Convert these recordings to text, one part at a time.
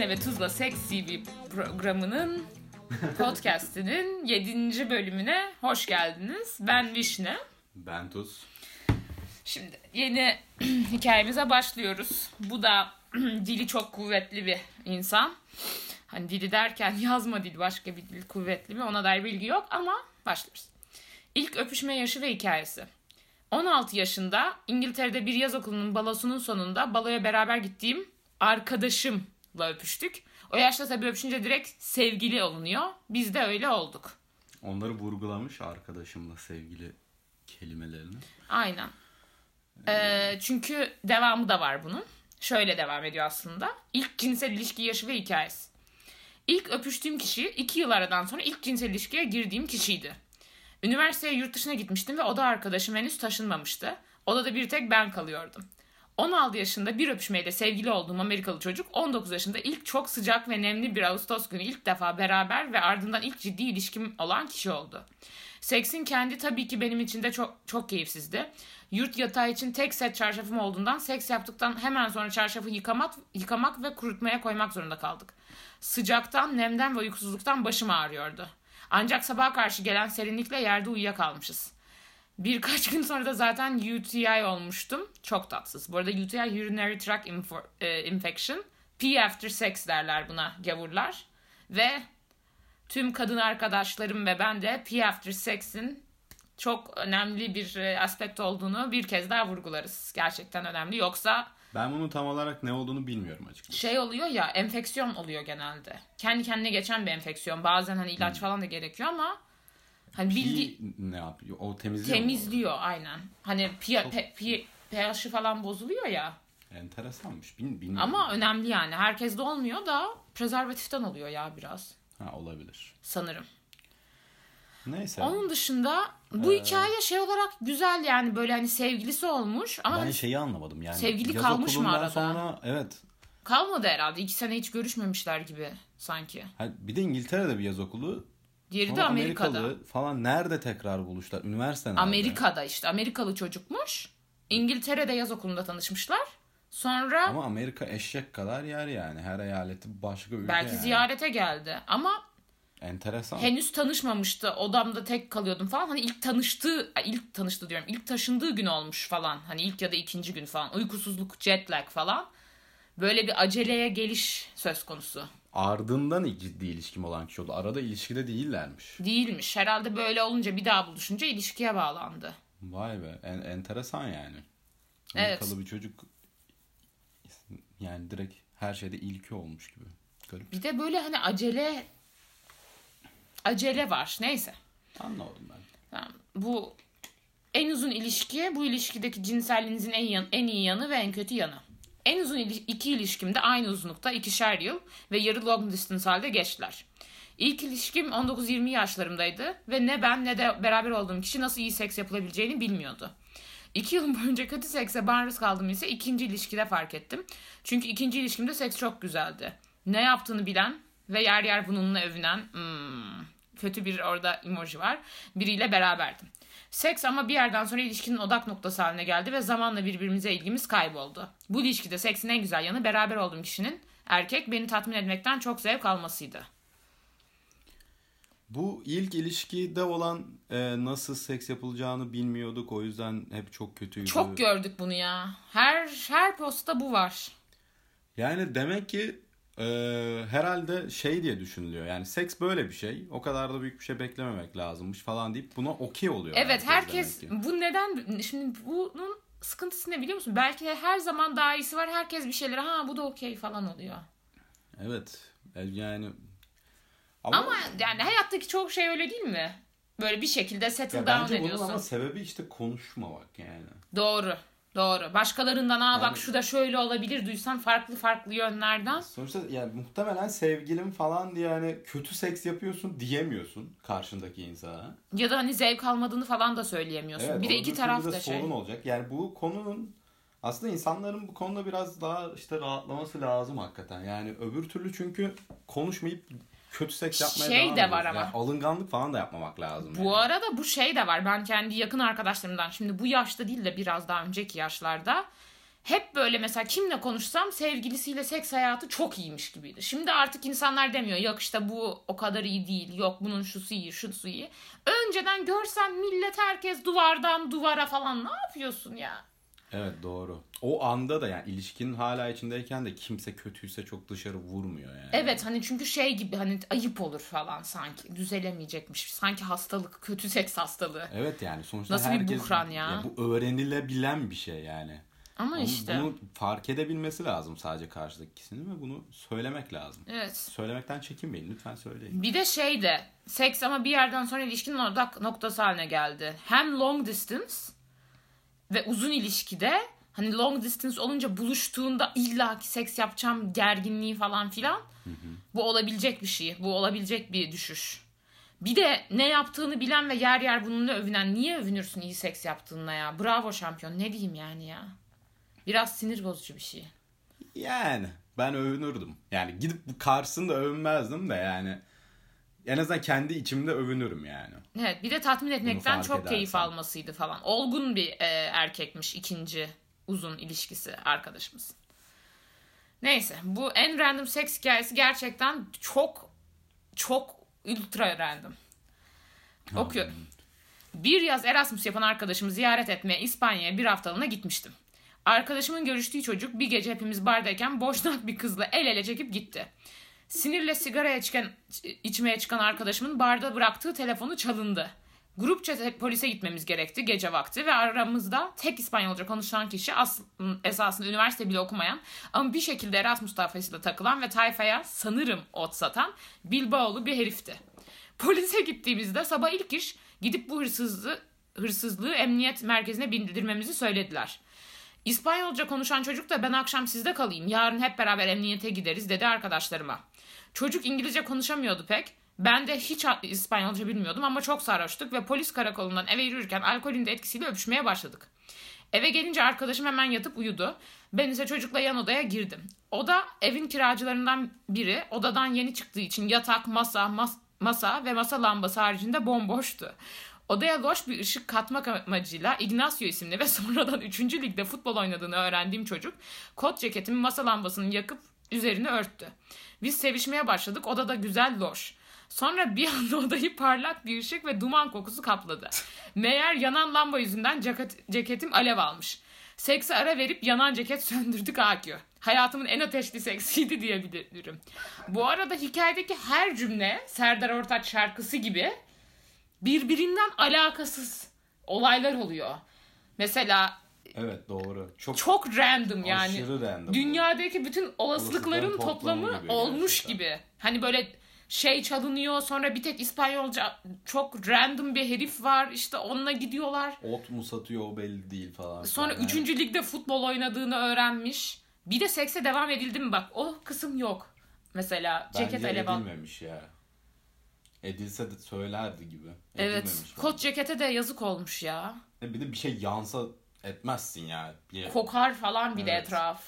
Vişne ve Tuzla Seks TV programının podcast'inin 7. bölümüne hoş geldiniz. Ben Vişne. Ben Tuz. Şimdi yeni hikayemize başlıyoruz. Bu da dili çok kuvvetli bir insan. Hani dili derken yazma dili, başka bir dil kuvvetli mi ona dair bilgi yok ama başlıyoruz. İlk öpüşme yaşı ve hikayesi. 16 yaşında İngiltere'de bir yaz okulunun balosunun sonunda baloya beraber gittiğim arkadaşımla öpüştük. O yaşta tabii öpüşünce direkt sevgili olunuyor. Biz de öyle olduk. Onları vurgulamış arkadaşımla sevgili kelimelerini. Aynen. Çünkü devamı da var bunun. Şöyle devam ediyor aslında. İlk cinsel ilişki yaşı ve hikayesi. İlk öpüştüğüm kişi 2 yıl aradan sonra ilk cinsel ilişkiye girdiğim kişiydi. Üniversiteye yurt dışına gitmiştim ve oda arkadaşım henüz taşınmamıştı. Odada bir tek ben kalıyordum. 16 yaşında bir öpüşmeyle sevgili olduğum Amerikalı çocuk 19 yaşında ilk çok sıcak ve nemli bir Ağustos günü ilk defa beraber ve ardından ilk ciddi ilişkim olan kişi oldu. Seksin kendi tabii ki benim için de çok keyifsizdi. Yurt yatağı için tek set çarşafım olduğundan seks yaptıktan hemen sonra çarşafı yıkamak ve kurutmaya koymak zorunda kaldık. Sıcaktan, nemden ve uykusuzluktan başım ağrıyordu. Ancak sabaha karşı gelen serinlikle yerde uyuyakalmışız. Birkaç gün sonra da zaten UTI olmuştum. Çok tatsız. Bu arada UTI Urinary Tract Infection. Pee after sex derler buna gavurlar. Ve tüm kadın arkadaşlarım ve ben de pee after sex'in çok önemli bir aspekt olduğunu bir kez daha vurgularız. Gerçekten önemli. Yoksa ben bunun tam olarak ne olduğunu bilmiyorum açıkçası. şey oluyor ya, enfeksiyon oluyor genelde. Kendi kendine geçen bir enfeksiyon. Bazen hani ilaç falan da gerekiyor ama hani ne yapıyor? O temizliyor. Temizliyor aynen. Hani pH'i falan bozuluyor ya. Enteresanmış. Bilmiyorum. Ama önemli yani. Herkes de olmuyor da prezervatiften oluyor ya biraz. Ha, olabilir. Sanırım. Neyse. Onun dışında bu hikaye şey olarak güzel yani, böyle hani sevgilisi olmuş ama ben şeyi anlamadım yani. Sevgili kalmış mı arada? Sonra evet. Kalmadı herhalde. 2 sene hiç görüşmemişler gibi sanki. Bir de İngiltere'de bir yaz okulu. Diğeri de Amerika'da. Amerikalı falan nerede tekrar buluştular? Üniversite nerede? Amerika'da işte. Amerikalı çocukmuş. İngiltere'de yaz okulunda tanışmışlar. Sonra ama Amerika eşek kadar yer yani. Her eyaleti başka ülke belki yani. ziyarete geldi ama enteresan. henüz tanışmamıştı. Odamda tek kalıyordum falan. Hani ilk taşındığı gün olmuş falan. Hani ilk ya da ikinci gün falan. Uykusuzluk, jet lag falan. Böyle bir aceleye geliş söz konusu. Ardından ciddi ilişkim olan kişi oldu. Arada ilişkide değillermiş. Değilmiş. Herhalde böyle olunca, bir daha buluşunca ilişkiye bağlandı. Vay be. Enteresan yani. Evet. Amerikalı bir çocuk yani direkt her şeyde ilki olmuş gibi. Garip. Bir de böyle hani acele var. Neyse. Anlamadım ben. Tamam. Bu en uzun ilişki, bu ilişkideki cinselliğinizin en iyi yanı ve en kötü yanı. En uzun iki ilişkimde aynı uzunlukta 2'şer yıl ve yarı long distance halde geçtiler. İlk ilişkim 19-20 yaşlarımdaydı ve ne ben ne de beraber olduğum kişi nasıl iyi seks yapılabileceğini bilmiyordu. 2 yıl boyunca kötü sekse maruz kaldığımı ise ikinci ilişkide fark ettim. Çünkü ikinci ilişkimde seks çok güzeldi. Ne yaptığını bilen ve yer yer bununla övünen, kötü bir orada emoji var, biriyle beraberdim. Seks ama bir yerden sonra ilişkinin odak noktası haline geldi ve zamanla birbirimize ilgimiz kayboldu. Bu ilişkide seksin en güzel yanı beraber olduğum kişinin, erkek, beni tatmin etmekten çok zevk almasıydı. Bu ilk ilişkide olan nasıl seks yapılacağını bilmiyorduk. O yüzden hep çok kötüydü. Çok gördük bunu ya. Her postta bu var. Yani demek ki herhalde şey diye düşünülüyor. Yani seks böyle bir şey. O kadar da büyük bir şey beklememek lazımmış falan deyip buna okey oluyor. Evet, herkes bu neden, şimdi bunun sıkıntısı ne biliyor musun? Belki de her zaman daha iyisi var. Herkes bir şeyler bu da okey falan oluyor. Evet. Yani ama yani hayattaki çok şey öyle değil mi? Böyle bir şekilde settle down ediyorsun. Bence bunun ama sebebi işte konuşmamak yani. Doğru. Başkalarından bak şu da şöyle olabilir duysan farklı yönlerden. Sonuçta yani muhtemelen sevgilim falan diye hani kötü seks yapıyorsun diyemiyorsun karşındaki insana. Ya da hani zevk almadığını falan da söyleyemiyorsun. Evet, bir de iki taraf da sorun olacak. Yani bu konunun aslında insanların bu konuda biraz daha işte rahatlaması lazım hakikaten. Yani öbür türlü çünkü konuşmayıp kötü seks yapmaya devam de var ama. Yani alınganlık falan da yapmamak lazım. Bu arada bu şey de var. Ben kendi yakın arkadaşlarımdan, şimdi bu yaşta değil de biraz daha önceki yaşlarda hep böyle mesela kimle konuşsam sevgilisiyle seks hayatı çok iyiymiş gibiydi. Şimdi artık insanlar demiyor yok işte bu o kadar iyi değil, yok bunun şusu iyi, şusu iyi. Önceden görsen millet herkes duvardan duvara falan, ne yapıyorsun ya? Evet, doğru. O anda da yani ilişkinin hala içindeyken de kimse kötüyse çok dışarı vurmuyor yani. Evet, hani çünkü şey gibi, hani ayıp olur falan sanki. Düzelemeyecekmiş. Sanki hastalık, kötü seks hastalığı. Evet, yani sonuçta Nasıl bir herkes, buhran ya? bu öğrenilebilen bir şey yani. Ama işte. Bunu fark edebilmesi lazım sadece karşıdaki kişinin ve bunu söylemek lazım. Evet. Söylemekten çekinmeyin, lütfen söyleyin. Bir de şey de, seks ama bir yerden sonra ilişkinin odak noktası haline geldi. Hem long distance ve uzun ilişkide, hani long distance olunca buluştuğunda illaki seks yapacağım gerginliği falan filan. Bu olabilecek bir şey. Bu olabilecek bir düşüş. Bir de ne yaptığını bilen ve yer yer bununla övünen. Niye övünürsün iyi seks yaptığınla ya? Bravo şampiyon. Ne diyeyim yani ya? Biraz sinir bozucu bir şey. Yani ben övünürdüm. Yani gidip bu karşısında övünmezdim de yani. En azından kendi içimde övünürüm yani. Evet, bir de tatmin etmekten fark çok keyif edersen. almasıydı falan. Olgun bir erkekmiş ikinci uzun ilişkisi arkadaşımız. Neyse, bu en random seks hikayesi gerçekten çok çok ultra random. Okuyorum. Bir yaz Erasmus yapan arkadaşımı ziyaret etmeye İspanya'ya bir haftalığına gitmiştim. Arkadaşımın görüştüğü çocuk bir gece hepimiz bardayken boşnak bir kızla el ele çekip gitti. Sinirle içmeye çıkan arkadaşımın barda bıraktığı telefonu çalındı. Grupça polise gitmemiz gerekti gece vakti ve aramızda tek İspanyolca konuşan kişi esasında üniversite bile okumayan ama bir şekilde Erasmus tayfasıyla takılan ve tayfaya sanırım ot satan Bilbao'lu bir herifti. Polise gittiğimizde sabah ilk iş gidip bu hırsızlığı emniyet merkezine bildirmemizi söylediler. İspanyolca konuşan çocuk da ben akşam sizde kalayım, yarın hep beraber emniyete gideriz dedi arkadaşlarıma. Çocuk İngilizce konuşamıyordu pek. Ben de hiç İspanyolca bilmiyordum ama çok sarhoştuk ve polis karakolundan eve yürürken alkolün de etkisiyle öpüşmeye başladık. Eve gelince arkadaşım hemen yatıp uyudu. Ben ise çocukla yan odaya girdim. Oda evin kiracılarından biri, odadan yeni çıktığı için yatak, masa ve masa lambası haricinde bomboştu. Odaya loş bir ışık katmak amacıyla Ignacio isimli ve sonradan 3. ligde futbol oynadığını öğrendiğim çocuk kot ceketimi masa lambasını yakıp üzerini örttü. Biz sevişmeye başladık, odada güzel loş. Sonra bir anda odayı parlak bir ışık ve duman kokusu kapladı. Meğer yanan lamba yüzünden ceketim alev almış. Sekse ara verip yanan ceket söndürdük AQ. Hayatımın en ateşli seksiydi diyebilirim. Bu arada hikayedeki her cümle Serdar Ortaç şarkısı gibi birbirinden alakasız olaylar oluyor. Mesela Evet, doğru. çok random yani. Aşırı random. Dünyadaki bütün olasılıkların toplamı gibi olmuş gerçekten. gibi. Hani böyle şey çalınıyor, sonra bir tek İspanyolca çok random bir herif var, işte onunla gidiyorlar. Ot mu satıyor o belli değil falan. Sonra 3. ligde futbol oynadığını öğrenmiş. Bir de sekse devam edildi mi bak, o kısım yok. Mesela ceket Bence alev al. edilmemiş ya. Edilse de söylerdi gibi. Evet. Edilmemiş Kot bence. cekete de yazık olmuş ya. Bir de bir şey yansa etmezsin ya. Kokar falan bir de Evet. etraf.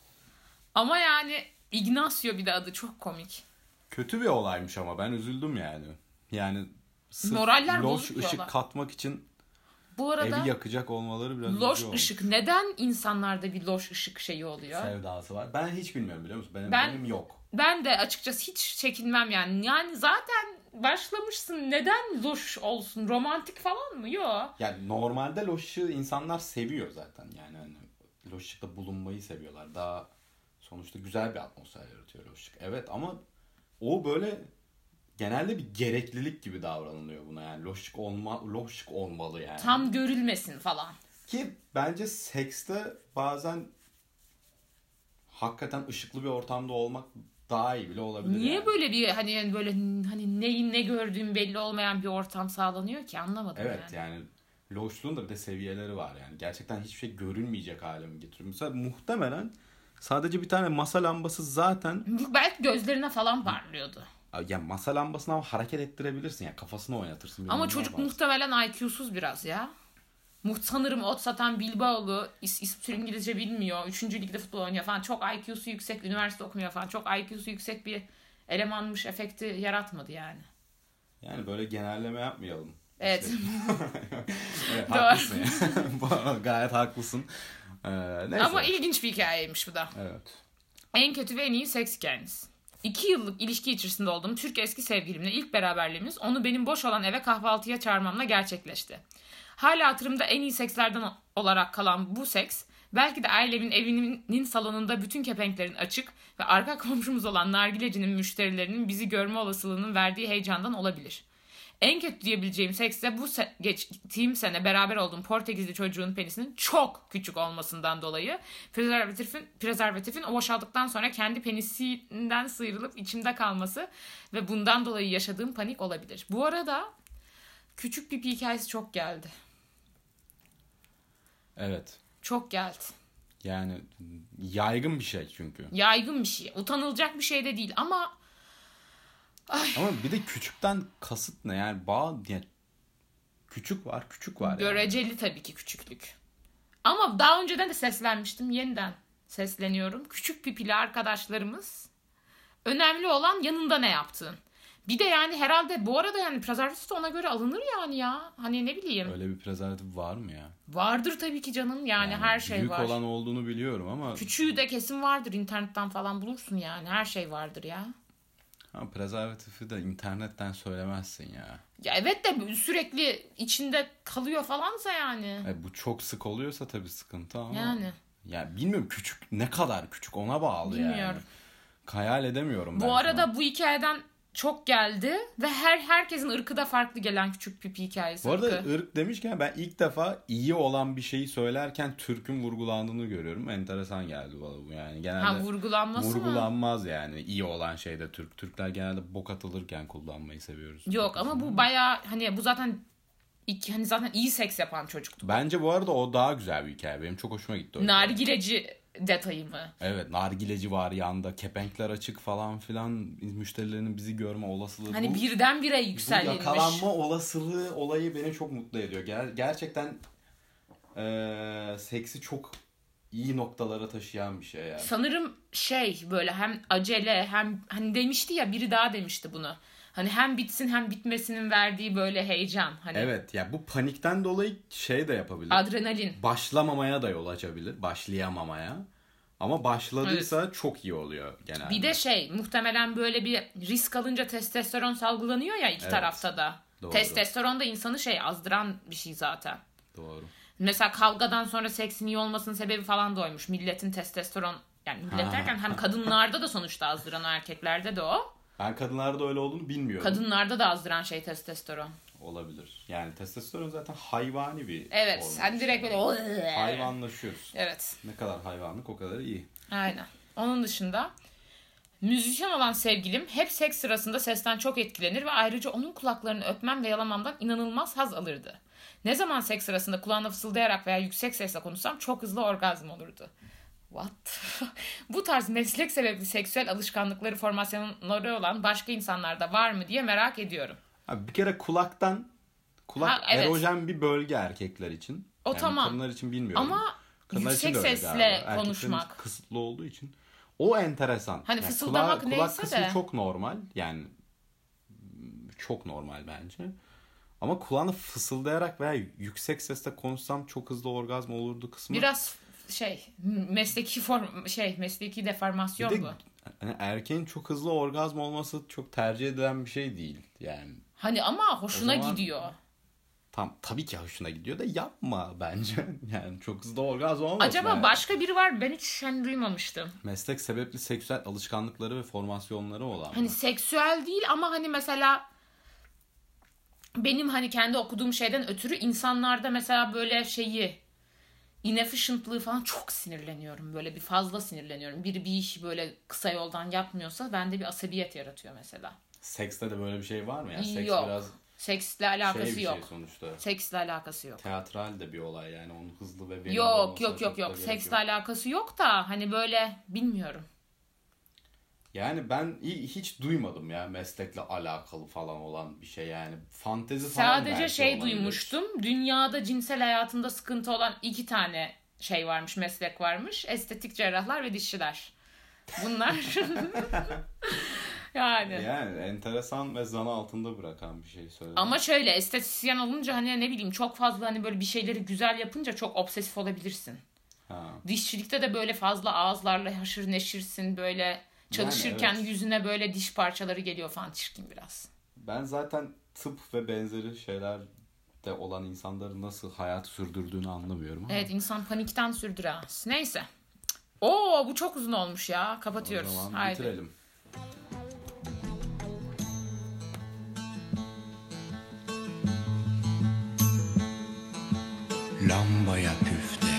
Ama yani Ignacio bir de adı çok komik. Kötü bir olaymış ama ben üzüldüm yani. Yani sırf Moraller loş bozuk ışık diyorlar. katmak için Bu arada evi yakacak olmaları biraz loş üzücü olmuş. ışık. Neden insanlarda bir loş ışık şeyi oluyor? Sevdası var. Ben hiç bilmiyorum, biliyor musun? Ben- Benim yok. Ben de açıkçası hiç çekinmem yani. Yani zaten başlamışsın, neden loş olsun? Romantik falan mı? Yok. Yani normalde loş ışığı insanlar seviyor zaten. Yani hani loş ışıkta bulunmayı seviyorlar. Daha sonuçta güzel bir atmosfer yaratıyor loş ışık. Evet ama o böyle genelde bir gereklilik gibi davranılıyor buna yani. Loş ışık olmalı yani. Tam görülmesin falan. Ki bence sekste bazen hakikaten ışıklı bir ortamda olmak daha iyi bile olabilir. Niye yani. böyle bir böyle hani neyin ne gördüğün belli olmayan bir ortam sağlanıyor ki, anlamadım Evet yani. yani loşluğun da bir de seviyeleri var yani. Gerçekten hiçbir şey görünmeyecek hale mi getiriyor? Mesela muhtemelen sadece bir tane masa lambası zaten, Belki gözlerine falan parlıyordu. ya masa lambasını ama hareket ettirebilirsin ya, kafasını oynatırsın. Ama bilmem ne çocuk yaparsın. muhtemelen IQ'suz biraz ya. Sanırım ot satan Bilbao'lu, İngilizce bilmiyor. 3. ligde futbol oynuyor falan. Çok IQ'su yüksek, üniversite okumuyor falan. Çok IQ'su yüksek bir elemanmış efekti yaratmadı yani. Yani böyle genelleme yapmayalım. Evet. Evet, Doğru. haklısın ya. Bu arada gayet haklısın. Neyse. Ama ilginç bir hikayeymiş bu da. Evet. En kötü ve en iyi seks hikayeniz. 2 yıllık ilişki içerisinde olduğum Türk eski sevgilimle ilk beraberliğimiz onu benim boş olan eve kahvaltıya çağırmamla gerçekleşti. Hala hatırımda en iyi sekslerden olarak kalan bu seks, belki de ailemin evinin salonunda bütün kepenklerin açık ve arka komşumuz olan nargilecinin müşterilerinin bizi görme olasılığının verdiği heyecandan olabilir. En kötü diyebileceğim seks de bu geçtiğim sene beraber olduğum Portekizli çocuğun penisinin çok küçük olmasından dolayı prezervatifin o boşaldıktan sonra kendi penisinden sıyrılıp içimde kalması ve bundan dolayı yaşadığım panik olabilir. Bu arada küçük pipi hikayesi çok geldi. Evet. Çok geldi. Yani yaygın bir şey çünkü. Yaygın bir şey. Utanılacak bir şey de değil ama Ama bir de küçükten kasıt ne? Yani yani küçük var. Göreceli yani. tabii ki küçüklük. Ama daha önceden de seslenmiştim. Yeniden sesleniyorum. Küçük pipili arkadaşlarımız, önemli olan yanında ne yaptığın. Bir de yani herhalde bu arada yani prezervatif de ona göre alınır yani ya. Hani ne bileyim. Öyle bir prezervatif var mı ya? Vardır tabii ki canım. Yani her şey var. Büyük olan olduğunu biliyorum ama. Küçüğü de kesin vardır. İnternetten falan bulursun yani. Her şey vardır ya. Ha, prezervatifi de internetten söylemezsin ya. Ya evet de sürekli içinde kalıyor falansa yani. Bu çok sık oluyorsa tabii sıkıntı ama. Yani. Ya bilmiyorum küçük ne kadar küçük ona bağlı yani. Bilmiyorum. Hayal edemiyorum ben. Bu arada bu hikayeden çok geldi ve herkesin ırkı da farklı gelen küçük pipi hikayesi. Bu arada ırk demişken ben ilk defa iyi olan bir şeyi söylerken Türk'ün vurgulandığını görüyorum. Enteresan geldi bana bu yani. Genelde vurgulanmaz yani iyi olan şeyde Türk. Türkler genelde bok atılırken kullanmayı seviyoruz. Yok ama bu bayağı hani bu zaten hani zaten iyi seks yapan çocuktu. Bence bu arada o daha güzel bir hikaye. Benim çok hoşuma gitti. Nargileci detayı mı? Evet, nargileci var yanında, kepenkler açık falan filan, müşterilerinin bizi görme olasılığı. Hani birdenbire yükselmiş. Bu yakalanma olasılığı olayı beni çok mutlu ediyor. Gerçekten seksi çok iyi noktalara taşıyan bir şey yani. Sanırım böyle hem acele hem hani demişti ya biri daha demişti bunu. Hani hem bitsin hem bitmesinin verdiği böyle heyecan. Hani evet ya bu panikten dolayı şey de yapabilir. Adrenalin. Başlamamaya da yol açabilir. Başlayamamaya. Ama başladıysa evet. Çok iyi oluyor genelde. Bir de muhtemelen böyle bir risk alınca testosteron salgılanıyor ya iki tarafta da. Doğru. Testosteron da insanı azdıran bir şey zaten. Doğru. Mesela kavgadan sonra seksin iyi olmasının sebebi falan da oymuş. Milletin testosteron yani millet derken hem kadınlarda da sonuçta azdıran erkeklerde de o. Ben kadınlarda öyle olduğunu bilmiyorum. Kadınlarda da azdıran testosteron. Olabilir. Yani testosteron zaten hayvani bir evet, hormon. Sen direkt böyle hayvanlaşıyorsun. Evet. Ne kadar hayvanlık o kadar iyi. Aynen. Onun dışında müzisyen olan sevgilim hep seks sırasında sesten çok etkilenir ve ayrıca onun kulaklarını öpmem ve yalamamdan inanılmaz haz alırdı. Ne zaman seks sırasında kulağına fısıldayarak veya yüksek sesle konuşsam çok hızlı orgazm olurdu. What? Bu tarz meslek sebepli seksüel alışkanlıkları formasyonları olan başka insanlarda var mı diye merak ediyorum. Abi bir kere kulak evet. Erojen bir bölge erkekler için. O yani tamam. Kadınlar için bilmiyorum. Ama kadınlar yüksek sesle konuşmak. Erkeklerin kısıtlı olduğu için. O enteresan. Hani yani fısıldamak neyse kulak kısmı de. çok normal. Yani çok normal bence. Ama kulağına fısıldayarak veya yüksek sesle konuşsam çok hızlı orgazm olurdu kısmı. Biraz mesleki deformasyon bir de, bu. Hani erkeğin çok hızlı orgazm olması çok tercih edilen bir şey değil yani. Hani ama hoşuna gidiyor. Tabii ki hoşuna gidiyor da yapma bence. Yani çok hızlı orgazm olmasın. Acaba yani. Başka biri var ben hiç duymamıştım. Meslek sebepli seksüel alışkanlıkları ve formasyonları olan. Hani seksüel değil ama hani mesela benim hani kendi okuduğum şeyden ötürü insanlarda mesela böyle inefficient'lığı falan çok sinirleniyorum. Böyle bir fazla sinirleniyorum. Biri bir işi böyle kısa yoldan yapmıyorsa bende bir asabiyet yaratıyor mesela. Sekste de böyle bir şey var mı ya? Seks yok. Biraz seksle alakası yok. Şey sonuçta. Seksle alakası yok. Teatral de bir olay yani onun hızlı ve verimli yok. Seksle alakası yok da hani böyle bilmiyorum. Yani ben hiç duymadım ya meslekle alakalı falan olan bir şey yani. Fantezi falan sadece duymuştum. Dünyada cinsel hayatında sıkıntı olan 2 tane varmış, meslek varmış. Estetik cerrahlar ve dişçiler. Bunlar yani enteresan ve zan altında bırakan bir şey söyledim. Ama estetisyen olunca hani ne bileyim çok fazla hani böyle bir şeyleri güzel yapınca çok obsesif olabilirsin. Ha. Dişçilikte de böyle fazla ağızlarla haşır neşirsin, böyle çalışırken evet. yüzüne böyle diş parçaları geliyor falan, çirkin biraz. Ben zaten tıp ve benzeri şeylerde olan insanların nasıl hayat sürdürdüğünü anlamıyorum ama. Evet, insan panikten sürdüremez. Neyse. Oo, bu çok uzun olmuş ya. Kapatıyoruz. O zaman Haydi. bitirelim. Lambaya küfte